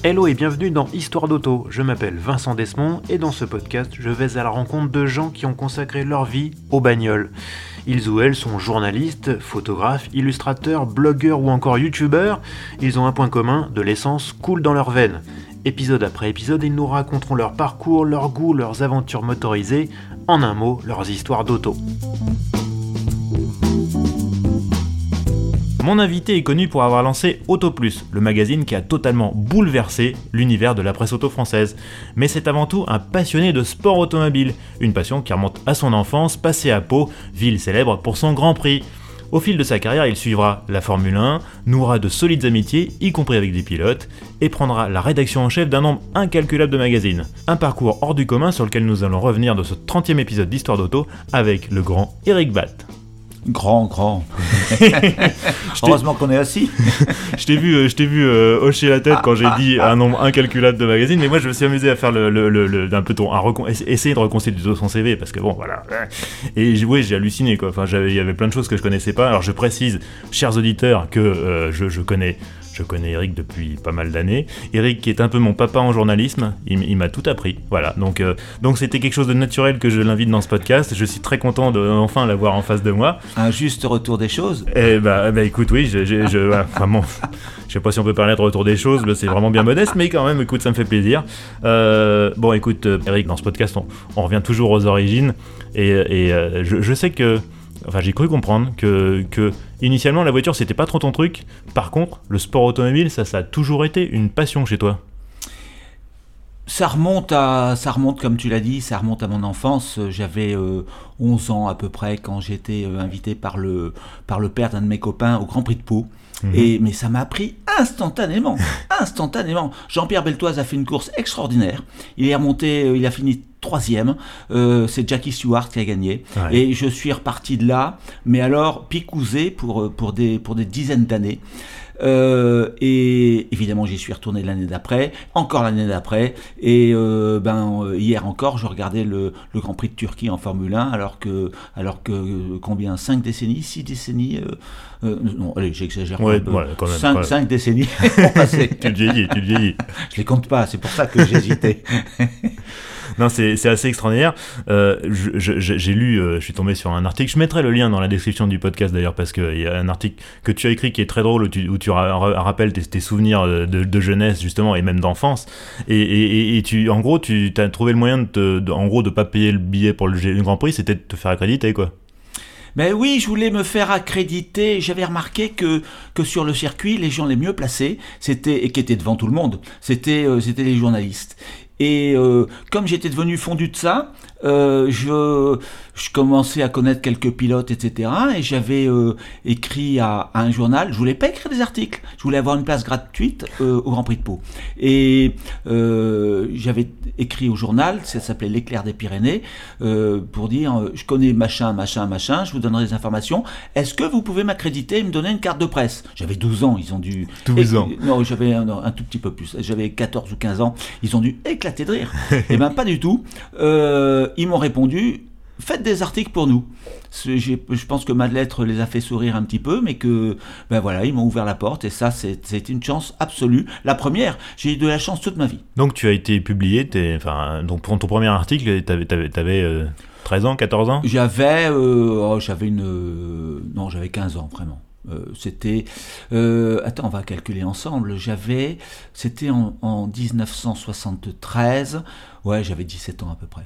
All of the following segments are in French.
Hello et bienvenue dans Histoire d'auto, je m'appelle Vincent Desmond et dans ce podcast, je vais à la rencontre de gens qui ont consacré leur vie aux bagnoles. Ils ou elles sont journalistes, photographes, illustrateurs, blogueurs ou encore youtubeurs. Ils ont un point commun, de l'essence coule dans leurs veines. Épisode après épisode, ils nous raconteront leur parcours, leurs goûts, leurs aventures motorisées, en un mot, leurs histoires d'auto. Mon invité est connu pour avoir lancé Auto Plus, le magazine qui a totalement bouleversé l'univers de la presse auto française. Mais c'est avant tout un passionné de sport automobile, une passion qui remonte à son enfance, passée à Pau, ville célèbre pour son Grand Prix. Au fil de sa carrière, il suivra la Formule 1, nouera de solides amitiés, y compris avec des pilotes, et prendra la rédaction en chef d'un nombre incalculable de magazines. Un parcours hors du commun sur lequel nous allons revenir de ce 30e épisode d'Histoire d'auto avec le grand Eric Bath. Grand. Heureusement qu'on est assis. Je t'ai vu hocher la tête quand j'ai dit un nombre incalculable de magazines, mais moi je me suis amusé à faire essayer de reconstituer son CV parce que bon voilà. Et j'ai halluciné quoi. Enfin, il y avait plein de choses que je connaissais pas. Alors je précise, chers auditeurs, que je connais Eric depuis pas mal d'années. Eric qui est un peu mon papa en journalisme, il m'a tout appris. Voilà, donc c'était quelque chose de naturel que je l'invite dans ce podcast. Je suis très content de enfin l'avoir en face de moi. Un juste retour des choses. Eh bah écoute, oui, vraiment. Je sais pas si on peut parler de retour des choses, c'est vraiment bien modeste, mais quand même, écoute, ça me fait plaisir. Bon, écoute, Eric, dans ce podcast, on revient toujours aux origines, et je sais que. Enfin, j'ai cru comprendre que initialement la voiture c'était pas trop ton truc. Par contre, le sport automobile, ça a toujours été une passion chez toi. Ça remonte comme tu l'as dit, ça remonte à mon enfance. J'avais 11 ans à peu près quand j'ai été invité par le père d'un de mes copains au Grand Prix de Pau. Mais ça m'a appris instantanément. Jean-Pierre Beltoise a fait une course extraordinaire. Il est remonté, il a fini 3e. C'est Jackie Stewart qui a gagné. Ouais. Et je suis reparti de là, mais alors picousé pour des dizaines d'années. Et évidemment j'y suis retourné l'année d'après, encore l'année d'après, et hier encore je regardais le Grand Prix de Turquie en Formule 1 alors que combien 5 décennies, 6 décennies non, allez, j'exagère un peu. Ouais, quand même, 5 décennies ont passé. Tu le vieillis. Je les compte pas, c'est pour ça que j'hésitais. Non, c'est assez extraordinaire. J'ai lu, je suis tombé sur un article. Je mettrai le lien dans la description du podcast d'ailleurs parce qu'il y a un article que tu as écrit qui est très drôle où tu rappelles tes souvenirs de jeunesse justement et même d'enfance. Et en gros, tu as trouvé le moyen de pas payer le billet pour le Grand Prix, c'était de te faire accréditer quoi. Ben oui, je voulais me faire accréditer. J'avais remarqué que sur le circuit, les gens les mieux placés, et qui étaient devant tout le monde, c'était les journalistes. Et comme j'étais devenu fondu de ça, je commençais à connaître quelques pilotes, etc. Et j'avais écrit à un journal. Je voulais pas écrire des articles. Je voulais avoir une place gratuite au Grand Prix de Pau. Et j'avais écrit au journal, ça s'appelait L'Éclair des Pyrénées, pour dire je connais machin, je vous donnerai des informations. Est-ce que vous pouvez m'accréditer et me donner une carte de presse ? J'avais 12 ans, ils ont dû... 12 ans. Non, j'avais un tout petit peu plus. J'avais 14 ou 15 ans. Ils ont dû éclater de rire. Eh ben pas du tout. Ils m'ont répondu faites des articles pour nous. Je pense que ma lettre les a fait sourire un petit peu, mais que ils m'ont ouvert la porte et ça c'est une chance absolue. La première, j'ai eu de la chance toute ma vie. Donc tu as été publié, donc pour ton premier article, t'avais 13 ans, 14 ans ? J'avais 15 ans vraiment. C'était attends, on va calculer ensemble. C'était en 1973. Ouais, j'avais 17 ans à peu près.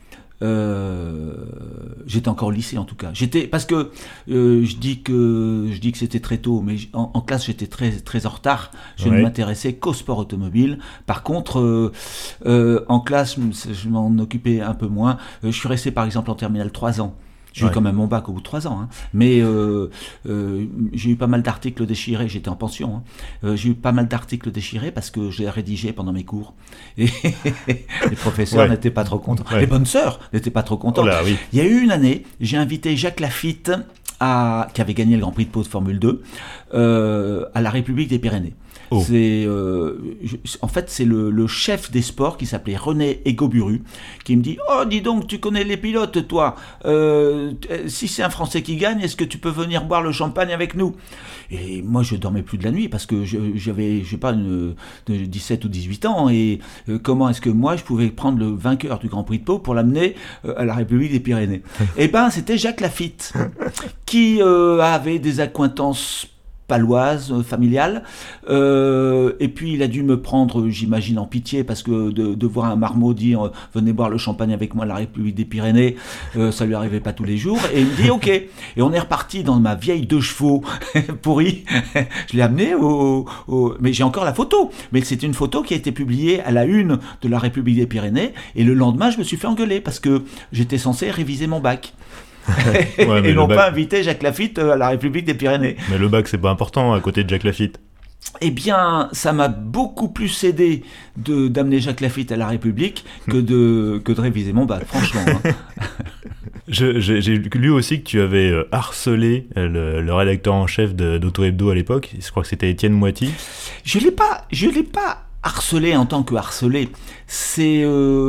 J'étais encore au lycée en tout cas. Parce que je dis que c'était très tôt, mais en classe j'étais très très en retard. Je ne m'intéressais qu'au sport automobile. Par contre, en classe, je m'en occupais un peu moins. Je suis resté par exemple en terminale 3 ans. J'ai eu quand même mon bac au bout de 3 ans, hein. Mais j'ai eu pas mal d'articles déchirés, j'étais en pension, hein. J'ai eu pas mal d'articles déchirés parce que j'ai rédigé pendant mes cours. Et les professeurs n'étaient pas trop contents. Les bonnes sœurs n'étaient pas trop contentes. Oh là, oui. Il y a eu une année, j'ai invité Jacques Lafitte qui avait gagné le Grand Prix de Pau de Formule 2, à la République des Pyrénées. Oh. En fait, c'est le chef des sports qui s'appelait René Egoburu qui me dit « Oh, dis donc, tu connais les pilotes, toi. Si c'est un Français qui gagne, est-ce que tu peux venir boire le champagne avec nous ?» Et moi, je dormais plus de la nuit parce que j'avais, je sais pas, 17 ou 18 ans. Et comment est-ce que moi, je pouvais prendre le vainqueur du Grand Prix de Pau pour l'amener à la République des Pyrénées? Eh ben, c'était Jacques Lafitte qui avait des accointances paloise, familiale, et puis il a dû me prendre, j'imagine, en pitié, parce que de voir un marmot dire « venez boire le champagne avec moi à la République des Pyrénées », ça lui arrivait pas tous les jours, et il me dit « ok ». Et on est reparti dans ma vieille 2 chevaux pourrie, je l'ai amené mais j'ai encore la photo, mais c'est une photo qui a été publiée à la une de la République des Pyrénées, et le lendemain je me suis fait engueuler, parce que j'étais censé réviser mon bac. Ouais, et n'ont pas invité Jacques Lafitte à la République des Pyrénées. Mais le bac, c'est pas important à côté de Jacques Lafitte. Eh bien, ça m'a beaucoup plus aidé d'amener Jacques Lafitte à la République que de réviser mon bac, franchement. Hein. J'ai lu aussi que tu avais harcelé le rédacteur en chef d'Auto Hebdo à l'époque. Je crois que c'était Étienne Moiti. Je l'ai pas harcelé en tant que harcelé. C'est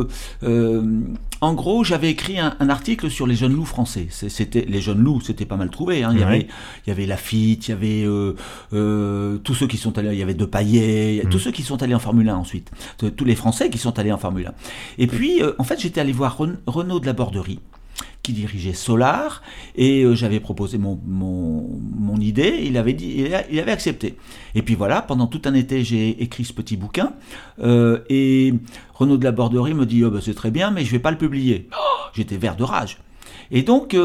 en gros, j'avais écrit un article sur les jeunes loups français. C'était les jeunes loups, c'était pas mal trouvé. Hein. Il y avait Lafitte, il y avait tous ceux qui sont allés, il y avait Depailler, tous ceux qui sont allés en Formule 1 ensuite, tous les Français qui sont allés en Formule 1. Et puis, en fait, j'étais allé voir Renaud de la Borderie, qui dirigeait Solar, et j'avais proposé mon idée, il avait accepté. Et puis voilà, pendant tout un été, j'ai écrit ce petit bouquin, et Renaud de la Borderie me dit « Oh, ben, c'est très bien, mais je vais pas le publier. » J'étais vert de rage. Et donc,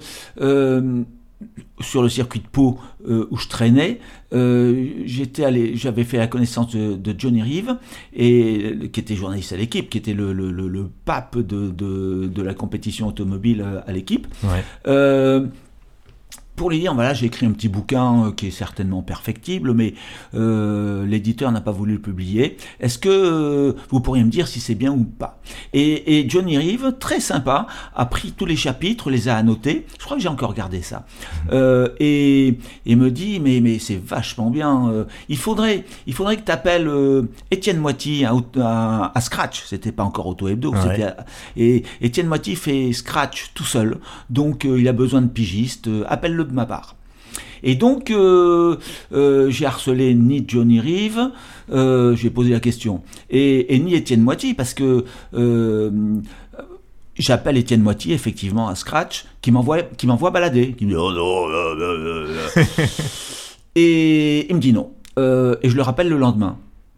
sur le circuit de Pau où je traînais, j'avais fait la connaissance de Johnny Reeve, qui était journaliste à l'équipe, qui était le pape de la compétition automobile à l'équipe. Ouais. Pour lui dire, voilà, j'ai écrit un petit bouquin qui est certainement perfectible, mais l'éditeur n'a pas voulu le publier. Est-ce que vous pourriez me dire si c'est bien ou pas? Et Johnny Reeve, très sympa, a pris tous les chapitres, les a annotés. Je crois que j'ai encore gardé ça. Et me dit, mais c'est vachement bien. Il faudrait que tu appelles Étienne Moiti à Scratch. C'était pas encore Auto Hebdo. Ouais. Et Étienne Moiti fait Scratch tout seul. Donc il a besoin de pigistes. Appelle-le de ma part. Et donc j'ai harcelé ni Johnny Reeve, j'ai posé la question, et ni Étienne Moiti, parce que j'appelle Étienne Moiti effectivement à Scratch, qui m'envoie balader, qui me dit oh non, et il me dit non, et je le rappelle le lendemain.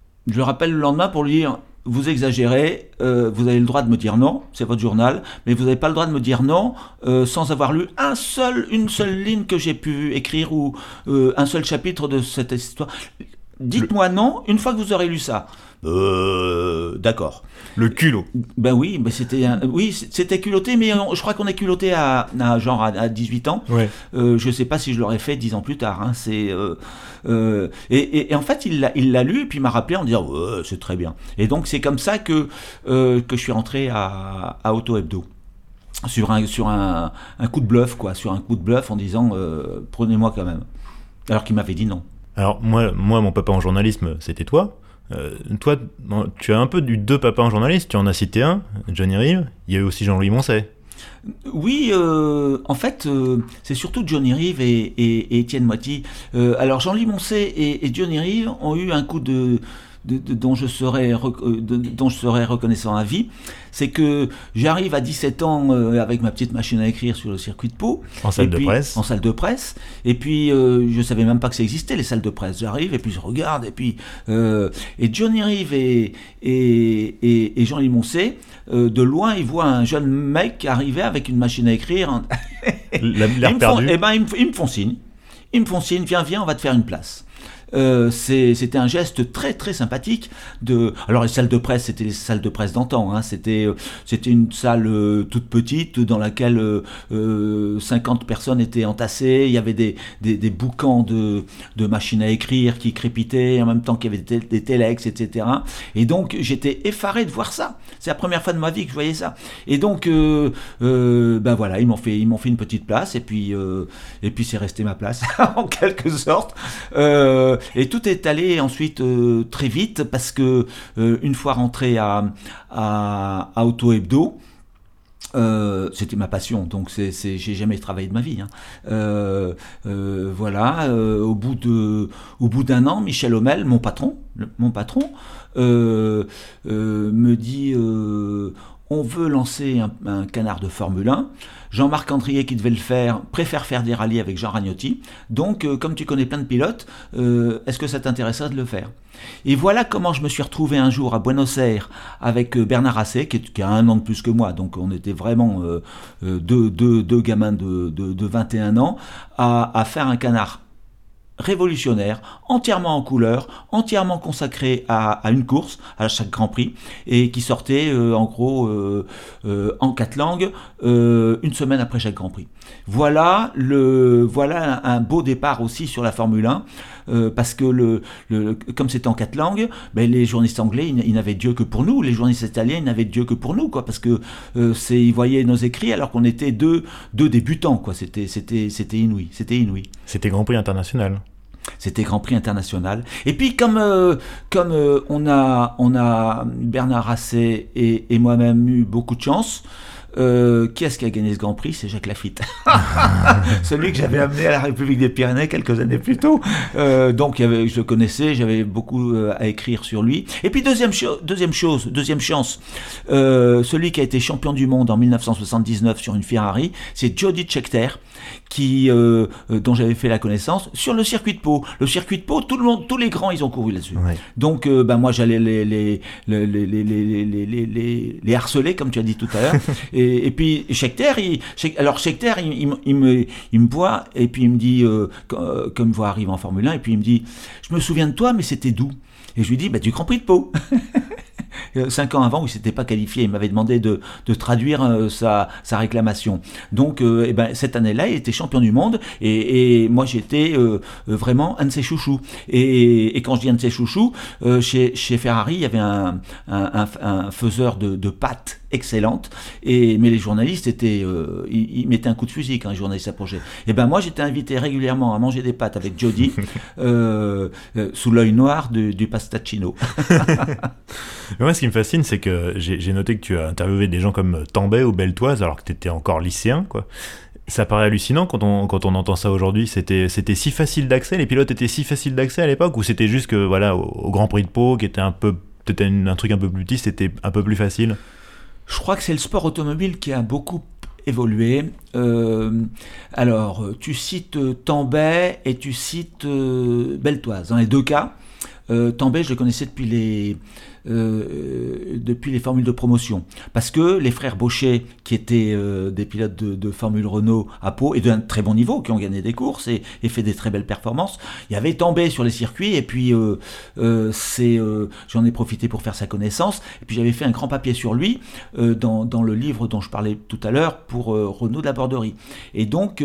Pour lui dire vous exagérez, vous avez le droit de me dire non, c'est votre journal, mais vous n'avez pas le droit de me dire non sans avoir lu une seule ligne que j'ai pu écrire ou un seul chapitre de cette histoire. Dites-moi non une fois que vous aurez lu ça. D'accord. Le culot. Ben oui, mais c'était culotté, mais je crois qu'on est culotté à 18 ans. Ouais. Je sais pas si je l'aurais fait 10 ans plus tard. Hein. Et en fait, il l'a lu et puis il m'a rappelé en disant c'est très bien. Et donc c'est comme ça que je suis rentré à Auto Hebdo. Sur un coup de bluff, quoi. Sur un coup de bluff en disant prenez-moi quand même. Alors qu'il m'avait dit non. Alors moi, mon papa en journalisme, c'était toi. Toi, tu as un peu du deux papas en journaliste. Tu en as cité un, Johnny Reeve. Il y a eu aussi Jean-Louis Moncey. Oui, en fait, c'est surtout Johnny Reeve et Étienne Moiti. Alors Jean-Louis Moncey et Johnny Reeve ont eu un coup dont je serais reconnaissant à vie. C'est que j'arrive à 17 ans avec ma petite machine à écrire sur le circuit de Pau. En salle de presse. Et puis, je savais même pas que ça existait, les salles de presse. J'arrive et puis je regarde. Et puis, et Johnny Reeve et Jean-Louis Moncey, de loin, ils voient un jeune mec arriver avec une machine à écrire. L'air perdu. Ils me font signe. Viens, on va te faire une place. c'était un geste très très sympathique. Alors les salles de presse, c'était les salles de presse d'antan, hein. C'était une salle toute petite dans laquelle 50 personnes étaient entassées. Il y avait des boucans de machines à écrire qui crépitaient en même temps qu'il y avait des téléx, etc. Et donc j'étais effaré de voir ça. C'est la première fois de ma vie que je voyais ça. Et donc ben voilà, ils m'ont fait une petite place, et puis c'est resté ma place en quelque sorte. Et tout est allé ensuite très vite, parce que une fois rentré à Auto Hebdo, c'était ma passion, donc j'ai jamais travaillé de ma vie, hein. Voilà, au bout d'un an, Michel Hommel, mon patron, me dit on veut lancer un canard de Formule 1. Jean-Marc Andrier, qui devait le faire, préfère faire des rallyes avec Jean Ragnotti. Donc, comme tu connais plein de pilotes, est-ce que ça t'intéresserait de le faire ? Et voilà comment je me suis retrouvé un jour à Buenos Aires avec Bernard Assé, qui a 1 an de plus que moi. Donc, on était vraiment deux gamins de 21 ans à faire un canard révolutionnaire, entièrement en couleur, entièrement consacré à une course, à chaque Grand Prix, et qui sortait en gros en 4 langues, 1 semaine après chaque Grand Prix. Voilà un beau départ aussi sur la Formule 1, parce que comme c'était en 4 langues, ben les journalistes anglais, ils n'avaient Dieu que pour nous, les journalistes italiens, ils n'avaient Dieu que pour nous, quoi, parce que ils voyaient nos écrits alors qu'on était deux débutants, quoi. C'était inouï. C'était Grand Prix international. C'était Grand Prix international. Et puis comme on a Bernard Assé et moi-même eu beaucoup de chance, qui est-ce qui a gagné ce Grand Prix ? C'est Jacques Lafitte. Celui que j'avais amené à la République des Pyrénées quelques années plus tôt. Donc je le connaissais, j'avais beaucoup à écrire sur lui. Et puis deuxième chance, celui qui a été champion du monde en 1979 sur une Ferrari, c'est Jody Scheckter, dont j'avais fait la connaissance sur le circuit de Pau. Le circuit de Pau, tous les grands, ils ont couru là-dessus. Ouais. Donc, moi, j'allais les harceler, comme tu as dit tout à l'heure. et puis Scheckter, il me voit, et puis il me dit, comme il voit arriver en Formule 1, et puis il me dit, je me souviens de toi, mais c'était d'où ? Et je lui dis, du Grand Prix de Pau. 5 ans avant, où il ne s'était pas qualifié, il m'avait demandé de traduire sa réclamation. Donc, cette année-là, il était champion du monde, et moi, j'étais vraiment un de ses chouchous. Et quand je dis un de ses chouchous, chez Ferrari, il y avait un faiseur de pâtes excellente, mais les journalistes ils mettaient un coup de fusil quand les journalistes s'approchaient. Et moi, j'étais invité régulièrement à manger des pâtes avec Jody, sous l'œil noir du Pastacino. Moi, ce qui me fascine, c'est que j'ai noté que tu as interviewé des gens comme Tambay ou Beltoise, alors que tu étais encore lycéen, quoi. Ça paraît hallucinant quand on entend ça aujourd'hui. C'était si facile d'accès, les pilotes étaient si faciles d'accès à l'époque, ou c'était juste que, voilà, au Grand Prix de Pau, qui était peut-être un truc un peu plus petit, c'était un peu plus facile? Je crois que c'est le sport automobile qui a beaucoup évolué. Alors, tu cites Tambay et tu cites Beltoise. Dans les deux cas, Tambay, je le connaissais depuis les formules de promotion, parce que les frères Bochet, qui étaient des pilotes de Formule Renault à Pau, et d'un très bon niveau, qui ont gagné des courses et fait des très belles performances, il y avait Tambay sur les circuits, et puis j'en ai profité pour faire sa connaissance, et puis j'avais fait un grand papier sur lui dans le livre dont je parlais tout à l'heure pour Renault de la Borderie. Et donc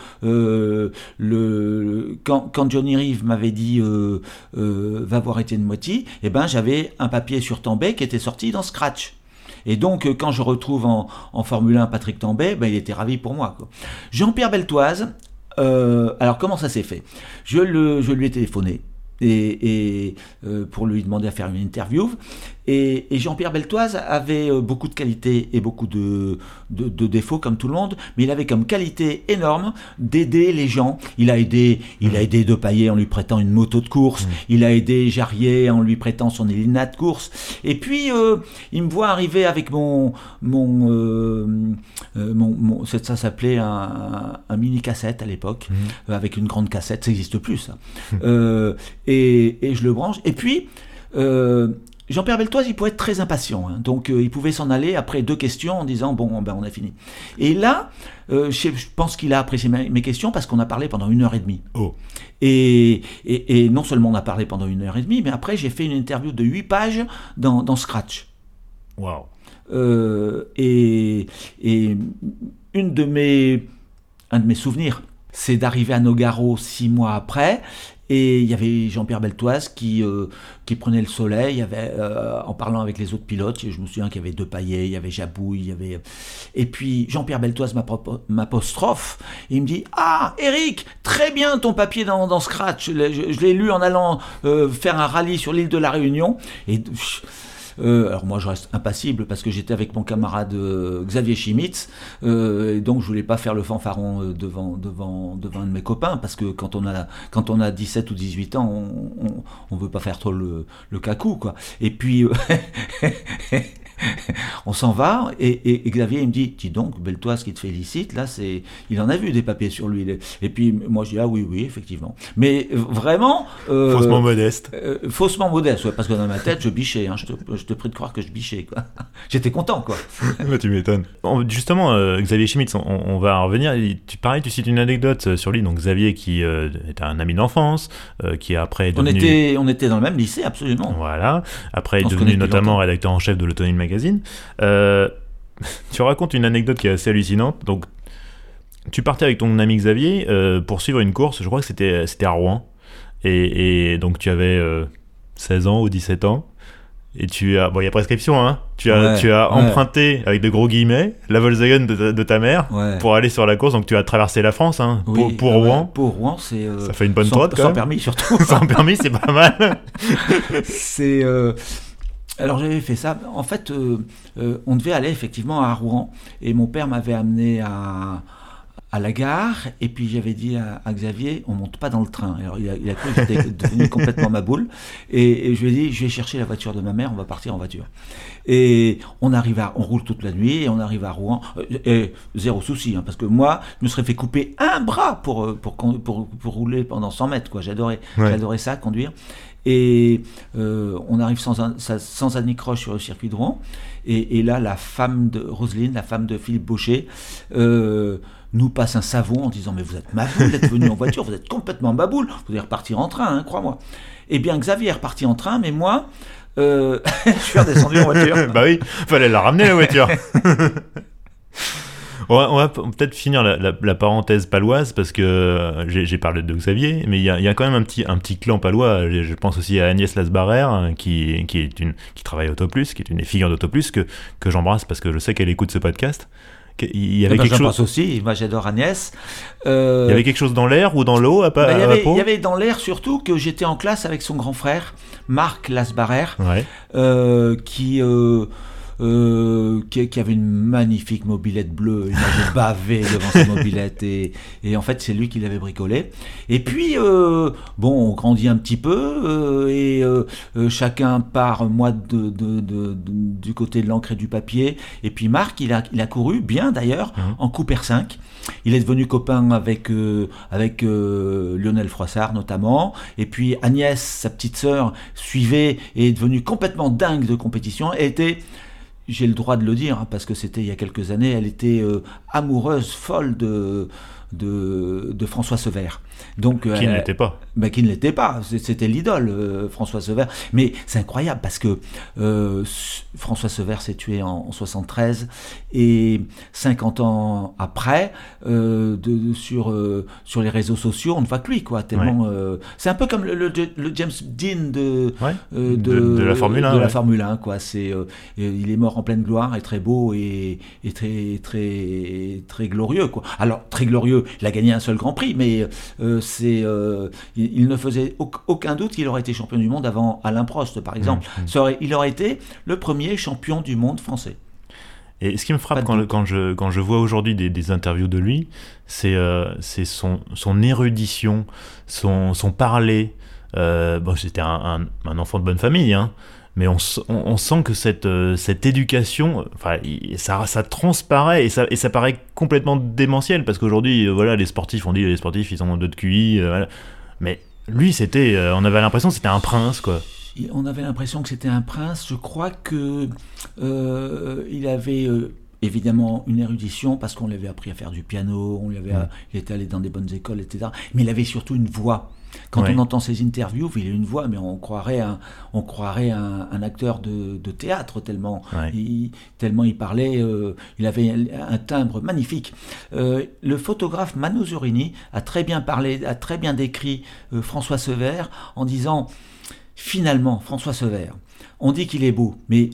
quand Johnny Reeve m'avait dit va voir Étienne Moiti, j'avais un papier sur Tambay qui était sorti dans Scratch. Et donc, quand je retrouve en Formule 1 Patrick Tambay, il était ravi pour moi, quoi. Jean-Pierre Beltoise, alors comment ça s'est fait ? Je lui ai téléphoné et pour lui demander à faire une interview. Et Jean-Pierre Beltoise avait beaucoup de qualités et beaucoup de défauts comme tout le monde, mais il avait comme qualité énorme d'aider les gens. Il a aidé De Paillet en lui prêtant une moto de course, il a aidé Jarier en lui prêtant son Elina de course, et puis il me voit arriver avec ça s'appelait un mini cassette à l'époque, avec une grande cassette, ça n'existe plus ça. Et je le branche, et puis Jean-Pierre Beltoise, il pouvait être très impatient, hein. Donc il pouvait s'en aller après 2 questions en disant bon, ben on a fini. Et là, je pense qu'il a apprécié mes questions parce qu'on a parlé pendant 1h30. Oh. Et non seulement on a parlé pendant 1h30, mais après j'ai fait une interview de 8 pages dans Scratch. Waouh. Et un de mes souvenirs, c'est d'arriver à Nogaro 6 mois après. Et il y avait Jean-Pierre Beltoise qui prenait le soleil en parlant avec les autres pilotes. Je me souviens qu'il y avait Depailler, il y avait Jabouille, et puis Jean-Pierre Beltoise m'apostrophe et il me dit « Ah, Eric, très bien ton papier dans Scratch, je l'ai lu en allant faire un rallye sur l'île de la Réunion. » Et alors moi je reste impassible parce que j'étais avec mon camarade Xavier Chimitz, et donc je voulais pas faire le fanfaron devant un de mes copains, parce que quand on a 17 ou 18 ans, on veut pas faire trop le cacou, quoi. Et puis on s'en va et Xavier il me dit « Dis donc, Beltoise qui te félicite, là il en a vu des papiers sur lui. » Et puis moi je dis « Ah oui, effectivement. » Mais vraiment... Faussement modeste. Faussement modeste, ouais, parce que dans ma tête je bichais, hein, je te prie de croire que je bichais, quoi. J'étais content, quoi. Bah, tu m'étonnes. Justement, Xavier Chimitz, on va en revenir. Tu cites une anecdote sur lui, donc Xavier qui est un ami d'enfance, qui après est devenu... On était dans le même lycée, absolument. Voilà. Après, il est devenu notamment rédacteur en chef de l'Automobile Magazine. Tu racontes une anecdote qui est assez hallucinante. Donc, tu partais avec ton ami Xavier pour suivre une course, je crois que c'était à Rouen. Et donc, tu avais 16 ans ou 17 ans. Et il y a prescription, hein. Tu as emprunté, avec de gros guillemets, la Volkswagen de ta mère pour aller sur la course. Donc tu as traversé la France, hein, pour Rouen. Pour Rouen, c'est... ça fait une bonne trotte, quand même. Sans permis, surtout. Sans permis, c'est pas mal. C'est... Alors j'avais fait ça. En fait, on devait aller effectivement à Rouen. Et mon père m'avait amené à la gare, et puis j'avais dit à Xavier, on monte pas dans le train. Alors il a cru que j'étais devenu complètement ma boule, et je lui ai dit, je vais chercher la voiture de ma mère, on va partir en voiture. Et on roule toute la nuit, et on arrive à Rouen, et zéro souci, hein, parce que moi, je me serais fait couper un bras pour rouler pendant 100 mètres, quoi. J'adorais ça, conduire. Et on arrive sans anicroche sur le circuit de Rouen, et là, la femme de Roselyne, la femme de Philippe Baucher, nous passe un savon en disant « Mais vous êtes maboule d'être venu en voiture, vous êtes complètement maboule, vous allez repartir en train, hein, crois-moi. » Eh bien, Xavier est reparti en train, mais moi, je suis redescendu en voiture. Bah oui, fallait la ramener, la voiture. On va peut-être finir la parenthèse paloise, parce que j'ai parlé de Xavier, mais il y a quand même un petit clan palois. Je pense aussi à Agnès Lasbarère, qui travaille à Autoplus, qui est une des figures d'Autoplus, que j'embrasse parce que je sais qu'elle écoute ce podcast. Il y avait quelque chose. Pense aussi, moi j'adore Agnès. Il y avait quelque chose dans l'air ou dans l'eau à Pau. Il y avait dans l'air surtout que j'étais en classe avec son grand frère, Marc Lasbarère, qui avait une magnifique mobilette bleue. Il m'avait bavé devant sa mobilette, et en fait c'est lui qui l'avait bricolée. Et puis on grandit un petit peu, et chacun part, moi du côté de l'encre et du papier, et puis Marc il a couru bien d'ailleurs en Coupe R5. Il est devenu copain avec Lionel Froissart notamment, et puis Agnès, sa petite sœur, suivait et est devenue complètement dingue de compétition. Elle était, j'ai le droit de le dire, hein, parce que c'était il y a quelques années, elle était amoureuse, folle de François Sevère. Donc, qui ne l'était pas. Qui ne l'était pas, c'était l'idole, François Sevère. Mais c'est incroyable parce que François Sevère s'est tué en 73, et 50 ans après, sur les réseaux sociaux, on ne voit que lui, quoi. Tellement, c'est un peu comme le James Dean de la Formule 1. De la Formule 1, quoi. Il est mort en pleine gloire, et très beau, et très, très, très glorieux, quoi. Alors, très glorieux, il a gagné un seul Grand Prix, mais il ne faisait aucun doute qu'il aurait été champion du monde avant Alain Prost, par exemple. Il aurait été le premier champion du monde français. Et ce qui me frappe quand je vois aujourd'hui des interviews de lui, c'est son érudition, son parler. C'était un enfant de bonne famille, hein. Mais on sent que cette éducation, ça transparaît, et ça paraît complètement démentiel, parce qu'aujourd'hui, les sportifs, on dit les sportifs, ils ont 2 de QI, mais lui, on avait l'impression que c'était un prince, quoi. On avait l'impression que c'était un prince. Je crois que il avait évidemment une érudition parce qu'on l'avait appris à faire du piano, il était allé dans des bonnes écoles, etc. Mais il avait surtout une voix. Quand on entend ses interviews, il a une voix, mais on croirait un acteur de théâtre tellement il parlait. Il avait un timbre magnifique. Le photographe Mano Zurini a très bien parlé, a très bien décrit François Sevère en disant finalement François Sevère, on dit qu'il est beau, mais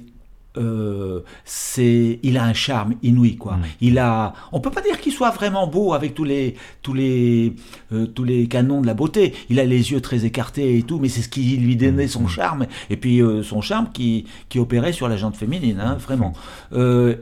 il a un charme inouï, quoi. On peut pas dire qu'il soit vraiment beau avec tous les canons de la beauté. Il a les yeux très écartés et tout, mais c'est ce qui lui donnait son charme. Et puis son charme qui opérait sur la jante féminine, vraiment. Ça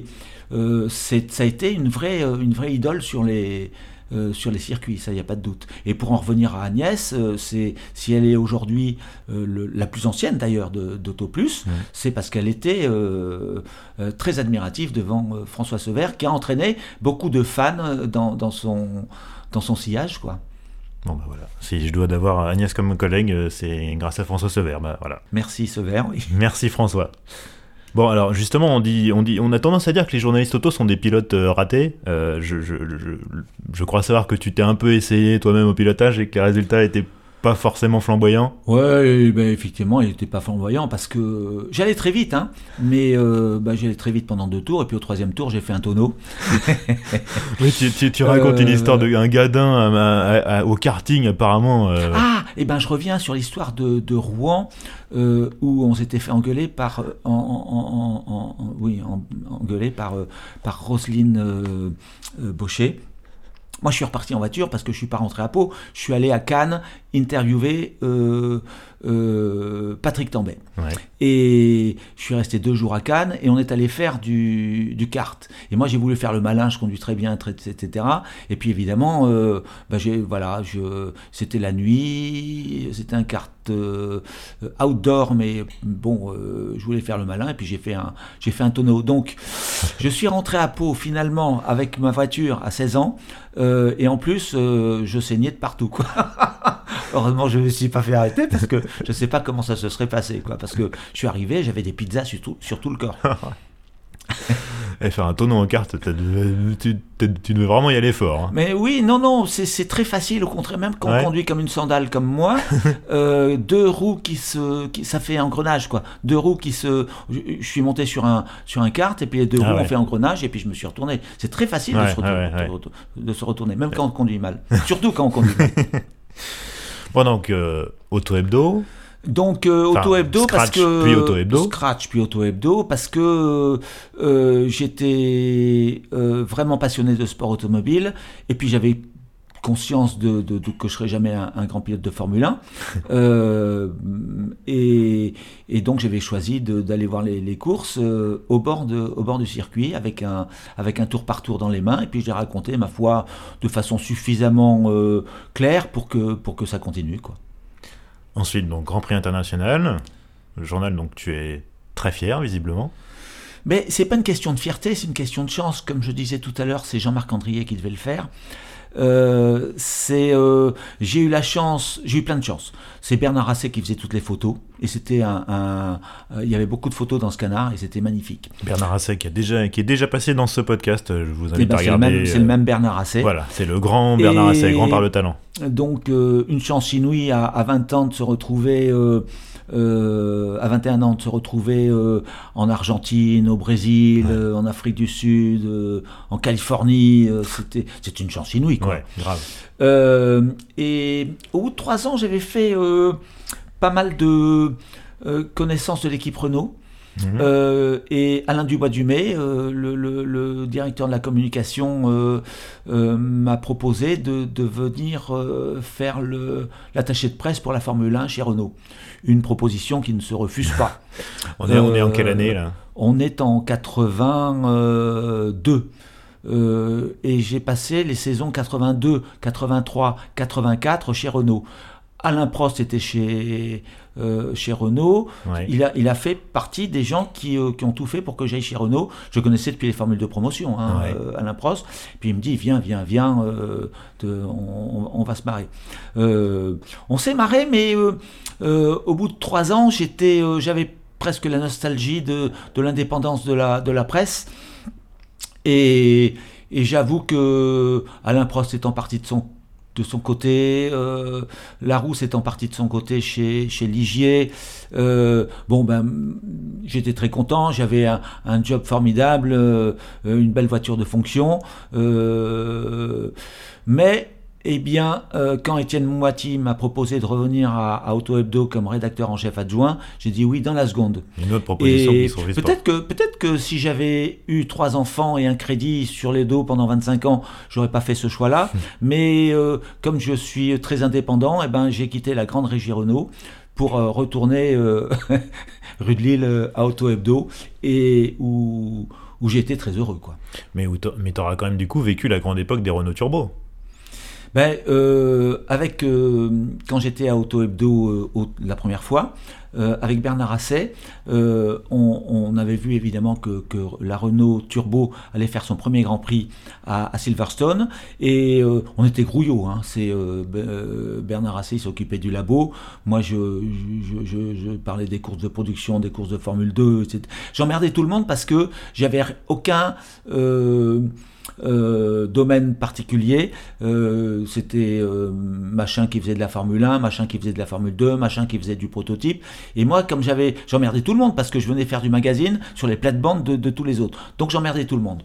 a été une vraie idole sur les circuits, ça, il n'y a pas de doute. Et pour en revenir à Agnès, si elle est aujourd'hui la plus ancienne d'ailleurs d'Auto Plus, c'est parce qu'elle était très admirative devant François Sevère, qui a entraîné beaucoup de fans dans son sillage, quoi. Bon, bah voilà. Si je dois d'avoir Agnès comme collègue, c'est grâce à François Sevère. Bah, voilà. Merci Sevère, oui. Merci François. Bon, alors justement, on a tendance à dire que les journalistes auto sont des pilotes ratés. Je crois savoir que tu t'es un peu essayé toi-même au pilotage et que les résultats étaient pas forcément flamboyant. Ouais, ben effectivement, il n'était pas flamboyant parce que j'allais très vite, mais j'allais très vite pendant 2 tours et puis au 3e tour, j'ai fait un tonneau. Oui, tu racontes une histoire d'un gadin au karting apparemment. Je reviens sur l'histoire de Rouen où on s'était fait engueuler par Roselyne Baucher. Moi, je suis reparti en voiture parce que je suis pas rentré à Pau. Je suis allé à Cannes interviewer Patrick Tambay. Ouais. Et je suis resté 2 jours à Cannes et on est allé faire du kart. Et moi, j'ai voulu faire le malin, je conduis très bien, etc. Et puis évidemment, c'était la nuit, c'était un kart outdoor, mais bon, je voulais faire le malin et puis j'ai fait un tonneau. Donc, je suis rentré à Pau finalement avec ma voiture à 16 ans et en plus, je saignais de partout, quoi. Heureusement, je ne me suis pas fait arrêter parce que je ne sais pas comment ça se serait passé, quoi. Parce que je suis arrivé, j'avais des pizzas sur tout le corps. Et faire un tonneau en carte, tu devais vraiment y aller fort. Mais oui, non, c'est très facile. Au contraire, même quand on conduit comme une sandale comme moi, 2 roues ça fait engrenage, quoi. 2 roues je suis monté sur un kart et puis les 2 roues ont fait engrenage et puis je me suis retourné. C'est très facile de se retourner, même quand on conduit mal. Surtout quand on conduit mal. Bon, donc, Auto Hebdo. Donc Auto Hebdo parce que puis Auto Hebdo. Scratch puis Auto Hebdo parce que j'étais vraiment passionné de sport automobile et puis j'avais conscience de que je serais jamais un grand pilote de Formule 1 et donc j'avais choisi d'aller voir les courses au bord du circuit avec un tour par tour dans les mains et puis j'ai raconté ma foi de façon suffisamment claire pour que ça continue, quoi. Ensuite, donc, Grand Prix International, le journal, donc tu es très fier, visiblement. Mais c'est pas une question de fierté, c'est une question de chance. Comme je disais tout à l'heure, c'est Jean-Marc Andrier qui devait le faire. J'ai eu plein de chance. C'est Bernard Rasset qui faisait toutes les photos et c'était il y avait beaucoup de photos dans ce canard et c'était magnifique. Bernard Rasset qui est déjà passé dans ce podcast, je vous invite à regarder. C'est le même Bernard Rasset. Voilà, c'est le grand Bernard Rasset, grand par le talent. Donc une chance inouïe à 20 ans de se retrouver à 21 ans de se retrouver en Argentine, au Brésil, en Afrique du Sud, en Californie, c'était une chance inouïe, quoi. Ouais, grave. Et au bout de 3 ans, j'avais fait pas mal de connaissances de l'équipe Renault. Et Alain Dubois-Dumay, le directeur de la communication, m'a proposé de venir faire l'attaché de presse pour la Formule 1 chez Renault. Une proposition qui ne se refuse pas. On est en quelle année là ? On est en 82. Et j'ai passé les saisons 82, 83, 84 chez Renault. Alain Prost était chez chez Renault. Ouais. Il a fait partie des gens qui ont tout fait pour que j'aille chez Renault. Je connaissais depuis les formules de promotion, Alain Prost. Puis il me dit, viens, on va se marrer. On s'est marré, mais au bout de 3 ans, j'avais presque la nostalgie de l'indépendance de la presse. Et j'avoue que Alain Prost étant parti de son côté, Larousse étant parti de son côté chez Ligier, j'étais très content, j'avais un job formidable, une belle voiture de fonction, mais quand Étienne Moiti m'a proposé de revenir à Auto Hebdo comme rédacteur en chef adjoint, j'ai dit oui dans la seconde. Une autre proposition qui se peut-être que si j'avais eu 3 enfants et un crédit sur les dos pendant 25 ans, j'aurais pas fait ce choix-là. Mais comme je suis très indépendant, j'ai quitté la grande régie Renault pour retourner rue de Lille à Auto Hebdo et où j'ai été très heureux, quoi. Mais t'auras quand même du coup vécu la grande époque des Renault Turbo. Quand j'étais à Auto Hebdo la première fois, avec Bernard Asset, on avait vu évidemment que la Renault Turbo allait faire son premier Grand Prix à Silverstone, et on était grouillots. Bernard Asset, il s'occupait du labo, moi je parlais des courses de production, des courses de Formule 2, etc. J'emmerdais tout le monde parce que j'avais aucun domaine particulier, c'était machin qui faisait de la Formule 1, machin qui faisait de la Formule 2, machin qui faisait du prototype, et moi comme j'emmerdais tout le monde parce que je venais faire du magazine sur les plates-bandes de tous les autres, donc j'emmerdais tout le monde,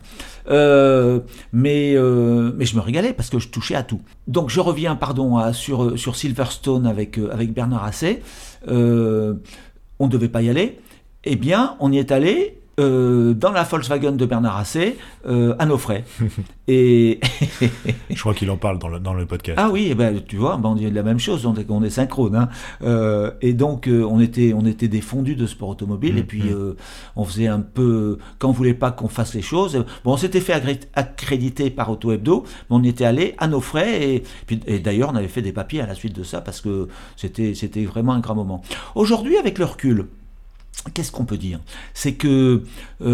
mais je me régalais parce que je touchais à tout. Donc je reviens sur Silverstone avec Bernard Asset. On ne devait pas y aller, on y est allé dans la Volkswagen de Bernard Asset, à nos frais. Et je crois qu'il en parle dans le podcast. Ah oui, tu vois, on dit la même chose, on est synchrone. Et donc, on était des fondus de sport automobile, et puis on faisait un peu, quand on voulait pas qu'on fasse les choses, on s'était fait accréditer par Auto Hebdo, mais on y était allé à nos frais, et d'ailleurs, on avait fait des papiers à la suite de ça, parce que c'était vraiment un grand moment. Aujourd'hui, avec le recul, qu'est-ce qu'on peut dire ? C'est que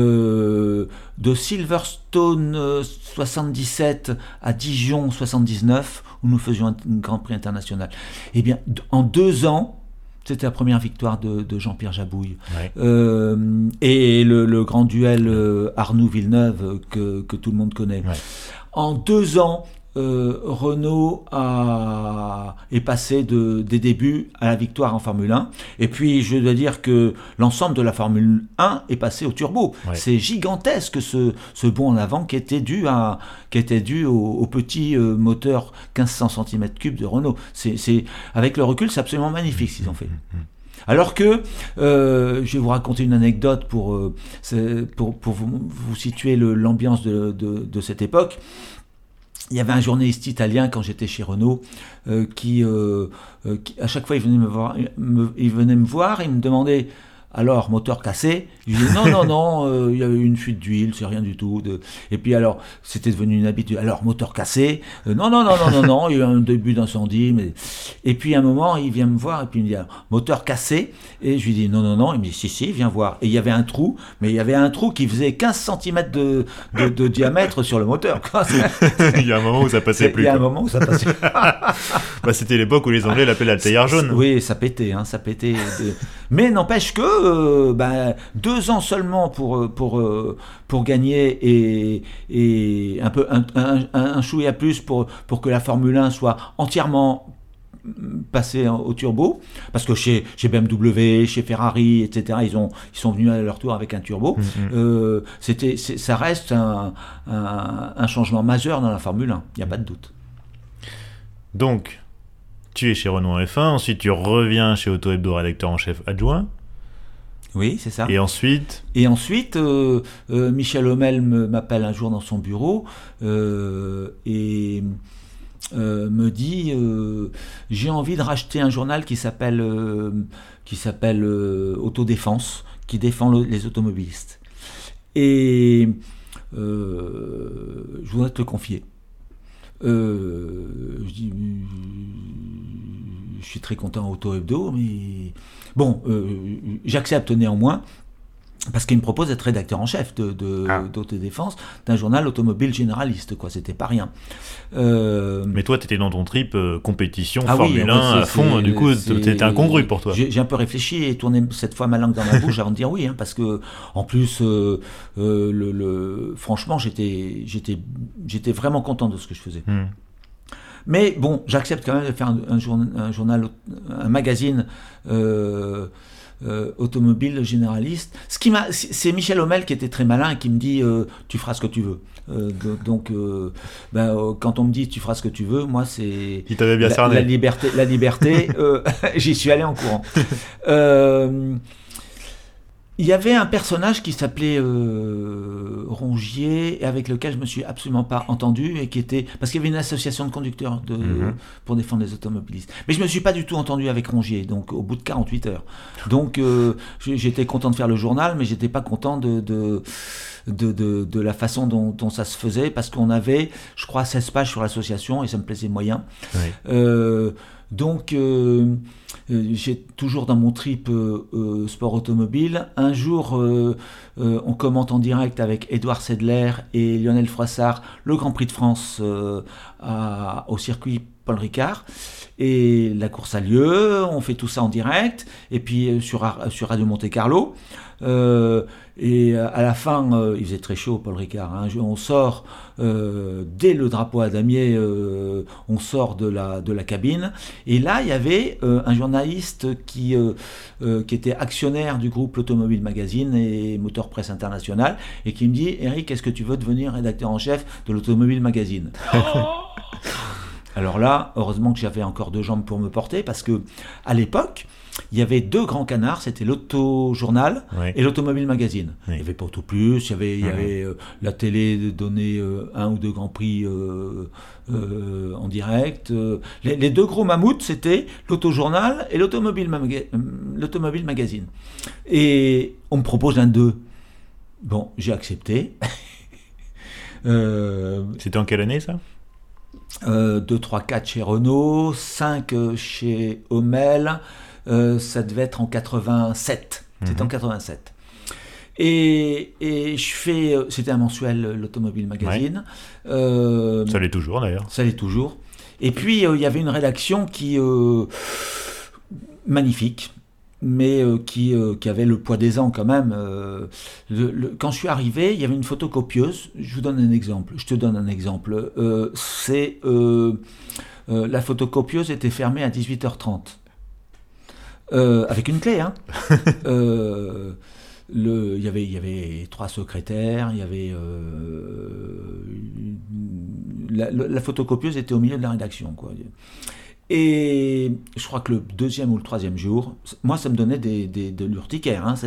de Silverstone 77 à Dijon 79, où nous faisions un Grand Prix international, en 2 ans, c'était la première victoire de Jean-Pierre Jabouille. Ouais. Et le grand duel Arnoux-Villeneuve que tout le monde connaît. Ouais. En 2 ans, Renault est passé des débuts à la victoire en Formule 1, et puis je dois dire que l'ensemble de la Formule 1 est passé au turbo. Ouais. C'est gigantesque ce bond en avant qui était dû au petit moteur 1500 cm3 de Renault. Avec le recul, c'est absolument magnifique ce qu'ils ont fait. Alors que, je vais vous raconter une anecdote pour vous situer l'ambiance de cette époque. Il y avait un journaliste italien quand j'étais chez Renault qui à chaque fois il venait me voir, il me demandait alors moteur cassé. Je lui dis non, il y a eu une fuite d'huile, c'est rien du tout. Et puis alors c'était devenu une habitude. Alors moteur cassé, non, il y a eu un début d'incendie. Et puis à un moment il vient me voir et puis il me dit alors, moteur cassé. Et je lui dis non, il me dit si, viens voir. Et il y avait un trou, mais il y avait un trou qui faisait 15 cm de diamètre sur le moteur. Il y a un moment où ça passait plus. Il y a un moment où ça passait. C'était l'époque où les Anglais l'appelaient la théière jaune. Oui, ça pétait. Mais n'empêche que 2 ans seulement pour gagner et un peu un chouïa plus pour que la Formule 1 soit entièrement passée au turbo, parce que chez BMW, chez Ferrari, etc., ils sont venus à leur tour avec un turbo. Ça reste un changement majeur dans la Formule 1, il n'y a pas de doute. Donc tu es chez Renault en F1, ensuite tu reviens chez Auto Hebdo, rédacteur en chef adjoint. Oui, c'est ça. Et ensuite, Michel Hommel m'appelle un jour dans son bureau et me dit j'ai envie de racheter un journal qui s'appelle Autodéfense, qui défend les automobilistes. Et je voudrais te le confier. Je dis, je suis très content Auto Hebdo, mais bon, j'accepte néanmoins. Parce qu'il me propose d'être rédacteur en chef d'autodéfense d'un journal automobile généraliste, quoi. C'était pas rien. Mais toi, t'étais dans ton trip compétition, Formule 1 à fond, du coup, c'était incongru pour toi. J'ai un peu réfléchi et tourné cette fois ma langue dans ma bouche avant de dire oui, hein, parce que, en plus, franchement, j'étais vraiment content de ce que je faisais. Mais bon, j'accepte quand même de faire un journal, un magazine automobile généraliste. C'est Michel Hommel qui était très malin et qui me dit tu feras ce que tu veux. Quand on me dit tu feras ce que tu veux, moi c'est il t'avait bien cerné. La liberté, j'y suis allé en courant. Il y avait un personnage qui s'appelait Rongier, avec lequel je me suis absolument pas entendu, et qui était parce qu'il y avait une association de conducteurs pour défendre les automobilistes. Mais je me suis pas du tout entendu avec Rongier, donc au bout de 48 heures. Donc j'étais content de faire le journal, mais j'étais pas content de la façon dont ça se faisait, parce qu'on avait, je crois, 16 pages sur l'association et ça me plaisait moyen. Oui. J'ai toujours dans mon trip sport automobile. Un jour, on commente en direct avec Édouard Sedler et Lionel Froissart le Grand Prix de France au circuit Paul Ricard. Et la course a lieu, on fait tout ça en direct, et puis sur Radio Monte Carlo. Et à la fin, il faisait très chaud, Paul Ricard. Hein, on sort dès le drapeau à damier, on sort de la cabine. Et là, il y avait un journaliste qui était actionnaire du groupe L'Automobile Magazine et Moteur Presse International, et qui me dit « Eric, est-ce que tu veux devenir rédacteur en chef de L'Automobile Magazine ?» Alors là, heureusement que j'avais encore 2 jambes pour me porter, parce que à l'époque, il y avait 2 grands canards, c'était l'Auto-Journal et l'Automobile Magazine. Oui. Il n'y avait pas Auto Plus, il y avait la télé donnait 1 ou 2 grands prix en direct. Les 2 gros mammouths, c'était l'Auto-Journal et l'Automobile Magazine. Et on me propose l'un d'eux. Bon, j'ai accepté. C'était en quelle année, ça ? 2, 3, 4 chez Renault, 5 chez Hommel, ça devait être en 87. C'était en 87. Et je fais, c'était un mensuel, l'Automobile Magazine. Ouais. Ça l'est toujours d'ailleurs. Ça l'est toujours. Et puis il y avait une rédaction qui magnifique, mais qui avait le poids des ans quand même. Quand je suis arrivé, il y avait une photocopieuse. Je te donne un exemple. La photocopieuse était fermée à 18h30. Avec une clé, hein. Il y avait 3 secrétaires, il y avait la photocopieuse était au milieu de la rédaction, quoi. Et je crois que le 2e ou le 3e jour, moi ça me donnait de l'urticaire, hein,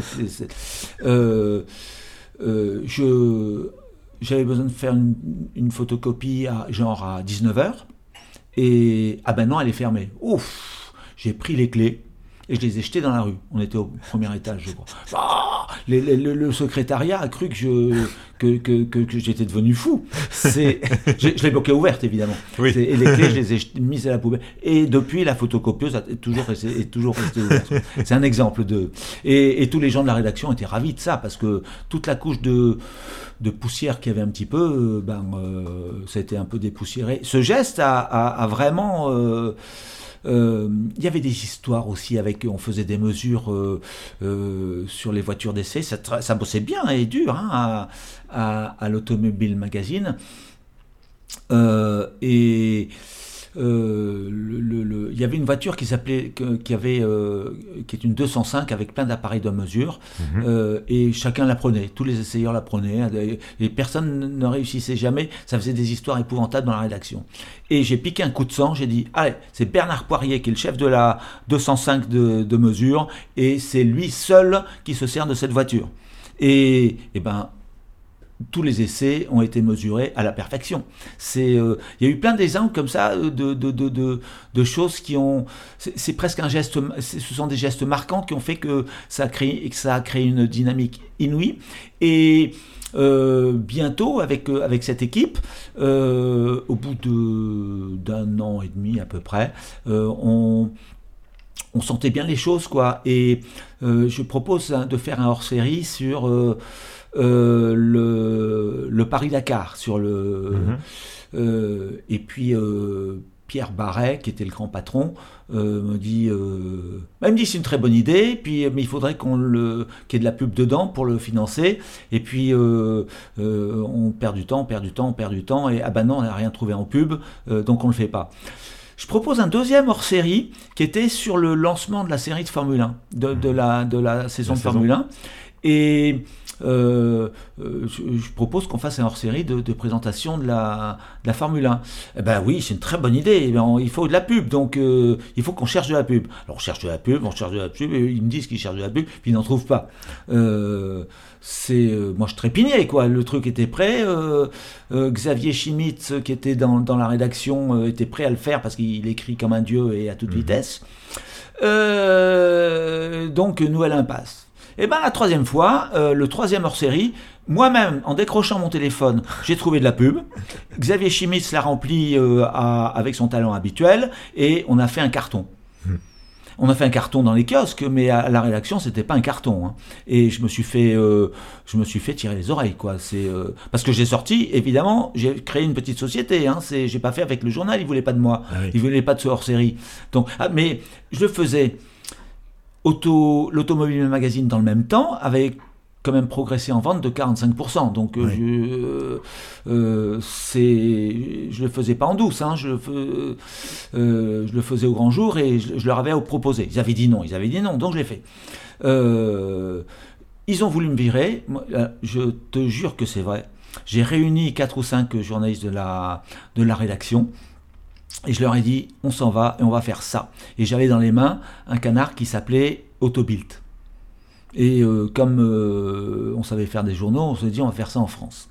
j'avais besoin de faire une photocopie à 19h, et ah ben non, elle est fermée. Ouf, j'ai pris les clés et je les ai jetées dans la rue. On était au 1er étage, je crois. Le secrétariat a cru que j'étais devenu fou. Je l'ai bloquée ouverte, évidemment. Oui. Et les clés, je les ai mises à la poubelle. Et depuis, la photocopieuse est toujours restée ouverte. C'est un exemple de... Et tous les gens de la rédaction étaient ravis de ça, parce que toute la couche de poussière qu'il y avait un petit peu, ça a été un peu dépoussiéré. Ce geste a vraiment... il y avait des histoires aussi on faisait des mesures sur les voitures d'essai, ça bossait bien et dur, hein, à l'Automobile Magazine. Il y avait une voiture qui est une 205 avec plein d'appareils de mesure, et chacun la prenait, tous les essayeurs la prenaient, et personne ne réussissait jamais. Ça faisait des histoires épouvantables dans la rédaction. Et j'ai piqué un coup de sang, j'ai dit allez, c'est Bernard Poirier qui est le chef de la 205 de mesure, et c'est lui seul qui se sert de cette voiture. Et tous les essais ont été mesurés à la perfection. Il y a eu plein d'exemples comme ça de choses qui ont... C'est presque un geste... Ce sont des gestes marquants qui ont fait que ça a créé une dynamique inouïe. Et bientôt, avec cette équipe, au bout d'un an et demi à peu près, on sentait bien les choses, quoi. Et je propose de faire un hors-série sur le Paris-Dakar, et puis Pierre Barret, qui était le grand patron, me dit c'est une très bonne idée, mais il faudrait qu'il y ait de la pub dedans pour le financer, et puis on perd du temps, et non, on n'a rien trouvé en pub, donc on ne le fait pas. Je propose un deuxième hors-série qui était sur le lancement de la série de Formule 1, de la saison de Formule 1. Et je propose qu'on fasse un hors-série de présentation de la Formule 1. Eh ben oui, c'est une très bonne idée. Il faut de la pub, donc il faut qu'on cherche de la pub. Alors on cherche de la pub, et ils me disent qu'ils cherchent de la pub, puis ils n'en trouvent pas. Moi je trépignais, quoi. Le truc était prêt. Xavier Chimitz, qui était dans la rédaction, était prêt à le faire parce qu'il écrit comme un dieu et à toute vitesse. Donc nouvelle impasse. Et bien la troisième fois, le troisième hors-série, moi-même, en décrochant mon téléphone, j'ai trouvé de la pub. Xavier Chimitz l'a rempli avec son talent habituel, et on a fait un carton. On a fait un carton dans les kiosques, mais à la rédaction, c'était pas un carton. Hein. Et je me suis fait tirer les oreilles, quoi. Parce que j'ai sorti, évidemment, j'ai créé une petite société. Hein. J'ai pas fait avec le journal, il voulait pas de moi, il voulait pas de ce hors-série. Donc, mais je le faisais. L'Automobile Magazine dans le même temps avait quand même progressé en vente de 45%. Donc je le faisais pas en douce, hein, je le faisais au grand jour, et je leur avais proposé. Ils avaient dit non, donc je l'ai fait. Ils ont voulu me virer. Moi, je te jure que c'est vrai. J'ai réuni 4 ou 5 journalistes de la rédaction. Et je leur ai dit, on s'en va et on va faire ça. Et j'avais dans les mains un canard qui s'appelait Autobild. Et comme on savait faire des journaux, on s'est dit, on va faire ça en France.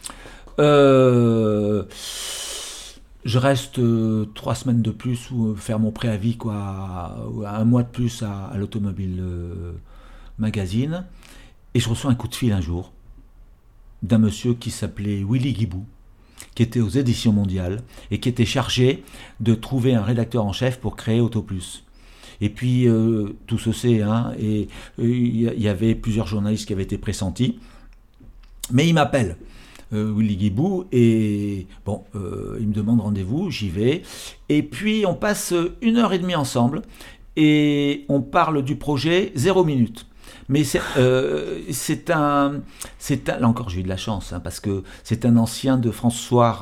Je reste 3 semaines de plus ou faire mon préavis, quoi, 1 mois de plus à l'Automobile Magazine. Et je reçois un coup de fil un jour d'un monsieur qui s'appelait Willy Guibou, qui était aux éditions mondiales et qui était chargé de trouver un rédacteur en chef pour créer Autoplus. Et puis, tout se sait, hein, et il y avait plusieurs journalistes qui avaient été pressentis. Mais il m'appelle, Willy Guibou, et bon, il me demande rendez-vous, j'y vais. Et puis, on passe 1h30 ensemble, et on parle du projet 0 minute. Mais là encore j'ai eu de la chance, hein, parce que c'est un ancien de François,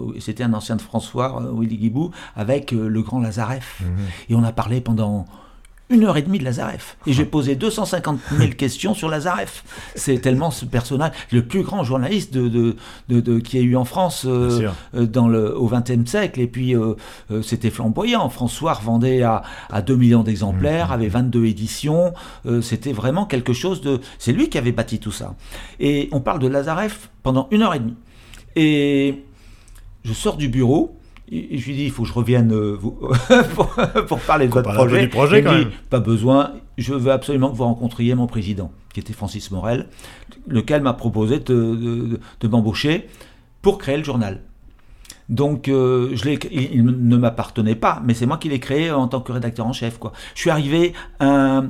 Willy Guibou, avec le grand Lazareff. Et on a parlé pendant 1h30 de Lazareff. Et j'ai posé 250 000 questions sur Lazareff. C'est tellement ce personnage, le plus grand journaliste qu'il y a eu en France au XXe siècle. Et puis, c'était flamboyant. François vendait à 2 millions d'exemplaires, avait 22 éditions. C'était vraiment quelque chose de... C'est lui qui avait bâti tout ça. Et on parle de Lazareff pendant 1h30. Et je sors du bureau. Et je lui dis, il faut que je revienne pour parler de votre projet. Du projet, quand même. Pas besoin, je veux absolument que vous rencontriez mon président, qui était Francis Morel, lequel m'a proposé de m'embaucher pour créer le journal. Donc, il ne m'appartenait pas, mais c'est moi qui l'ai créé en tant que rédacteur en chef, quoi. Je suis arrivé un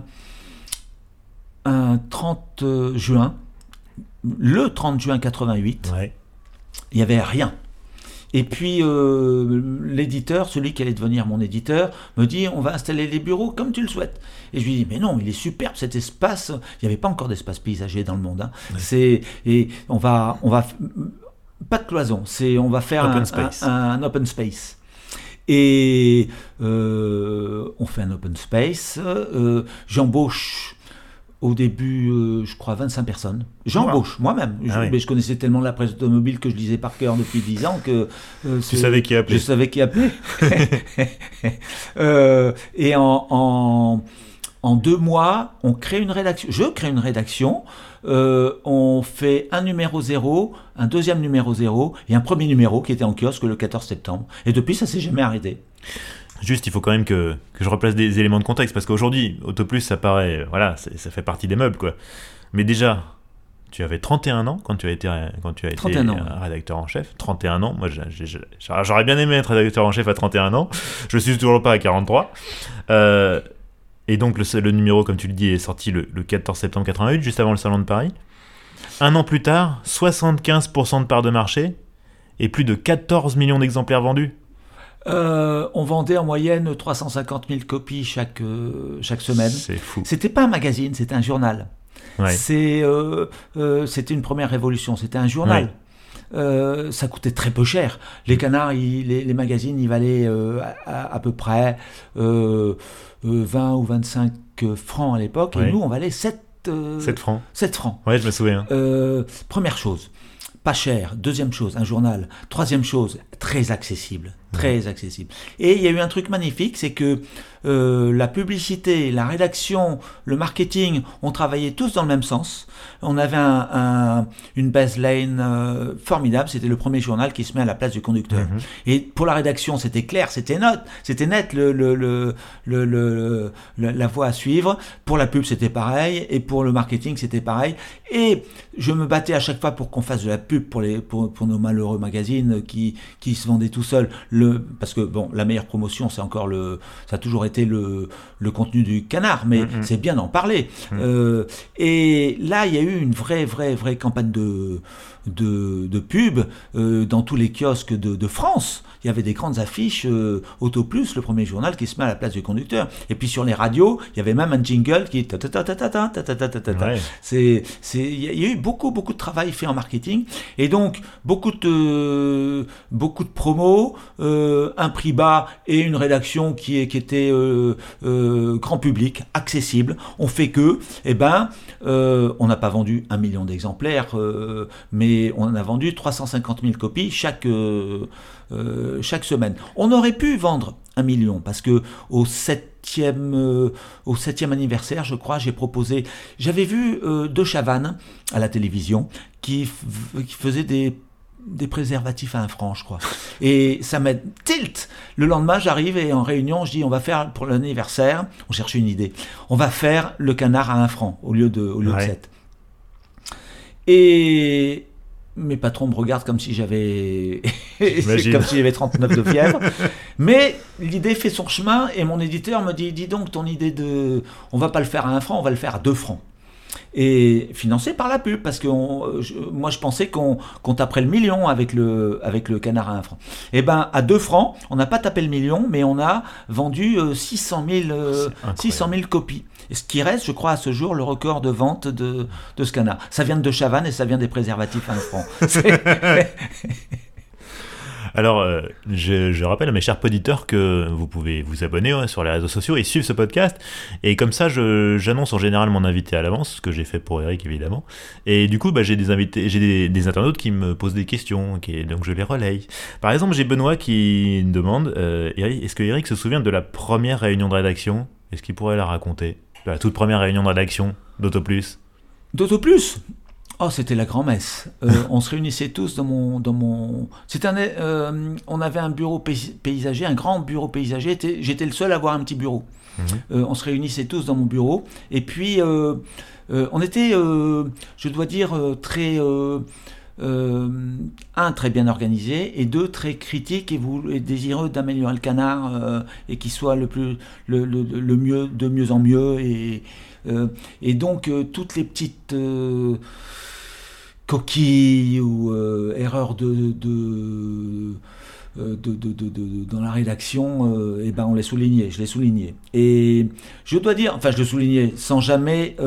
30 juin, le 30 juin 88, il n'y avait rien. Et puis l'éditeur, celui qui allait devenir mon éditeur, me dit, on va installer les bureaux comme tu le souhaites. Et je lui dis, mais non, il est superbe cet espace. Il n'y avait pas encore d'espace paysager dans le monde. Hein. Et on va pas de cloison, on va faire un open space. Et on fait un open space. J'embauche au début, je crois, 25 personnes. J'embauche moi-même. Mais je connaissais tellement la presse automobile que je lisais par cœur depuis 10 ans que... tu savais qui appelait. Je savais qui appelait. Et En 2 mois, on crée une rédaction. Je crée une rédaction. On fait un numéro 0, un deuxième numéro 0 et un premier numéro qui était en kiosque le 14 septembre. Et depuis, ça s'est jamais arrêté. Juste, il faut quand même que je replace des éléments de contexte, parce qu'aujourd'hui, Autoplus, ça paraît, voilà, ça fait partie des meubles, quoi. Mais déjà, tu avais 31 ans quand tu as été rédacteur en chef. 31 ans, moi j'aurais bien aimé être rédacteur en chef à 31 ans. Je suis toujours pas à 43. Et donc le numéro, comme tu le dis, est sorti le 14 septembre 88, juste avant le Salon de Paris. Un an plus tard, 75% de part de marché et plus de 14 millions d'exemplaires vendus. On vendait en moyenne 350 000 copies chaque semaine. C'est fou. C'était pas un magazine, c'était un journal. Ouais. C'était une première révolution, c'était un journal. Ouais. Ça coûtait très peu cher. Les canards, les magazines, ils valaient à peu près 20 ou 25 francs à l'époque. Et nous, on valait 7 francs. 7 francs. Ouais, je me souviens. Première chose, pas cher. Deuxième chose, un journal. Troisième chose, très accessible. Très accessible. Et il y a eu un truc magnifique, c'est que la publicité, la rédaction, le marketing, on travaillait tous dans le même sens. On avait une baseline formidable. C'était le premier journal qui se met à la place du conducteur. Et pour la rédaction, c'était clair, c'était net la voie à suivre. Pour la pub, c'était pareil. Et pour le marketing, c'était pareil. Et je me battais à chaque fois pour qu'on fasse de la pub pour nos malheureux magazines qui se vendaient tout seuls. Parce que bon, la meilleure promotion, c'est encore ça a toujours été le contenu du canard, mais c'est bien d'en parler. Et là, il y a eu une vraie campagne de pub dans tous les kiosques de France. Il y avait des grandes affiches Autoplus, le premier journal qui se met à la place du conducteur. Et puis sur les radios, il y avait même un jingle qui il y a eu beaucoup de travail fait en marketing, et donc beaucoup de promos, un prix bas et une rédaction qui était grand public, accessible. On fait que, on n'a pas vendu 1 million d'exemplaires, mais on a vendu 350 000 copies chaque semaine. On aurait pu vendre 1 million, parce que au 7e anniversaire, je crois, j'avais vu De Chavannes à la télévision qui faisait des préservatifs à 1 franc, je crois. Et ça m'a tilt. Le lendemain, j'arrive et en réunion, je dis, on va faire pour l'anniversaire, on cherchait une idée, on va faire le canard à 1 franc au lieu de 7. Et mes patrons me regardent comme si j'avais 39 de fièvre. Mais l'idée fait son chemin et mon éditeur me dit, dis donc, ton idée on va pas le faire à 1 franc, on va le faire à 2 francs. Et financé par la pub, parce que moi je pensais qu'on taperait le million avec le canard à 1 franc. Et à 2 francs, on n'a pas tapé le million, mais on a vendu 600 000 copies. Et ce qui reste, je crois, à ce jour, le record de vente de ce canard. Ça vient de Chavannes et ça vient des préservatifs à 1 franc. Alors, je rappelle à mes chers auditeurs que vous pouvez vous abonner sur les réseaux sociaux et suivre ce podcast. Et comme ça, j'annonce en général mon invité à l'avance, ce que j'ai fait pour Eric, évidemment. Et du coup, j'ai des invités, j'ai des internautes qui me posent des questions, donc je les relaye. Par exemple, j'ai Benoît qui me demande, est-ce que Eric se souvient de la première réunion de rédaction ? Est-ce qu'il pourrait la raconter ? La toute première réunion de rédaction d'Autoplus ? D'Autoplus ? Oh, c'était la grand-messe. On se réunissait tous dans mon... on avait un bureau paysager, un grand bureau paysager. J'étais le seul à avoir un petit bureau. On se réunissait tous dans mon bureau. Et puis, on était, je dois dire, très bien organisé, et 2, très critique et désireux d'améliorer le canard et qu'il soit le mieux, de mieux en mieux. Et donc, toutes les petites... coquilles ou erreurs dans la rédaction, on les soulignait, je les soulignais. Et je dois dire, je le soulignais sans jamais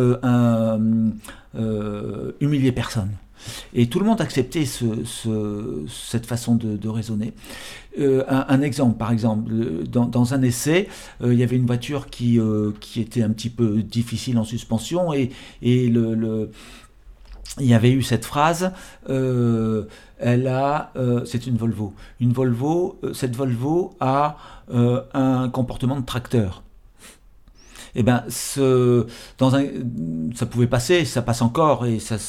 humilier personne. Et tout le monde acceptait cette façon de raisonner. Un exemple, par exemple, dans un essai, il y avait une voiture qui était un petit peu difficile en suspension, et il y avait eu cette phrase, c'est une Volvo. Cette Volvo a un comportement de tracteur. ça pouvait passer, ça passe encore,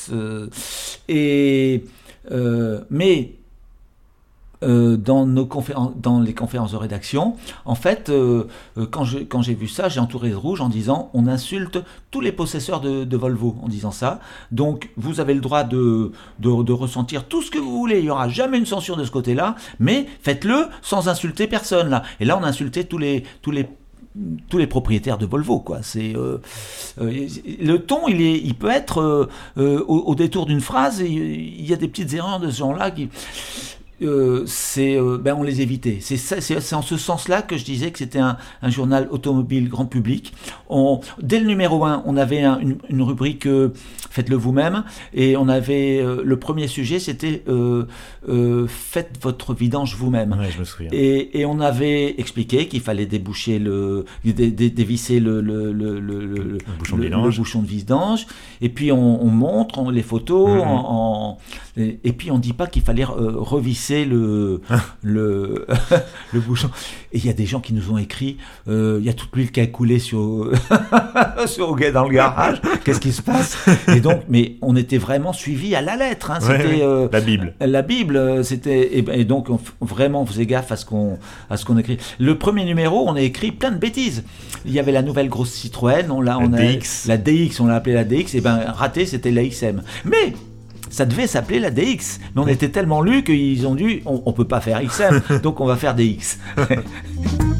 mais dans les conférences de rédaction, en fait, quand j'ai vu ça, j'ai entouré de rouge en disant on insulte tous les possesseurs de Volvo en disant ça. Donc vous avez le droit de ressentir tout ce que vous voulez. Il n'y aura jamais une censure de ce côté-là, mais faites-le sans insulter personne là. Et là, on a insulté tous les propriétaires de Volvo, quoi. Le ton, il peut être au détour d'une phrase. Il y a des petites erreurs de ce genre-là qui on les évitait. C'est en ce sens-là que je disais que c'était un journal automobile grand public. Dès le numéro 1, on avait une rubrique faites-le vous-même, et on avait le premier sujet, c'était faites votre vidange vous-même. Ouais, je me souviens. Et on avait expliqué qu'il fallait dévisser le bouchon de vidange, et puis on montre les photos et puis on dit pas qu'il fallait revisser le bouchon. Et il y a des gens qui nous ont écrit il y a toute l'huile qui a coulé sur dans le garage, qu'est-ce qui se passe? Et donc, mais on était vraiment suivis à la lettre, hein. C'était la Bible, c'était, et donc vraiment on faisait gaffe à ce qu'on écrit. Le premier numéro, on a écrit plein de bêtises. Il y avait la nouvelle grosse Citroën, la DX, on l'a appelée la DX, et raté, c'était la XM. Mais ça devait s'appeler la DX, mais on était tellement lus qu'ils ont dit on peut pas faire XM, donc on va faire DX.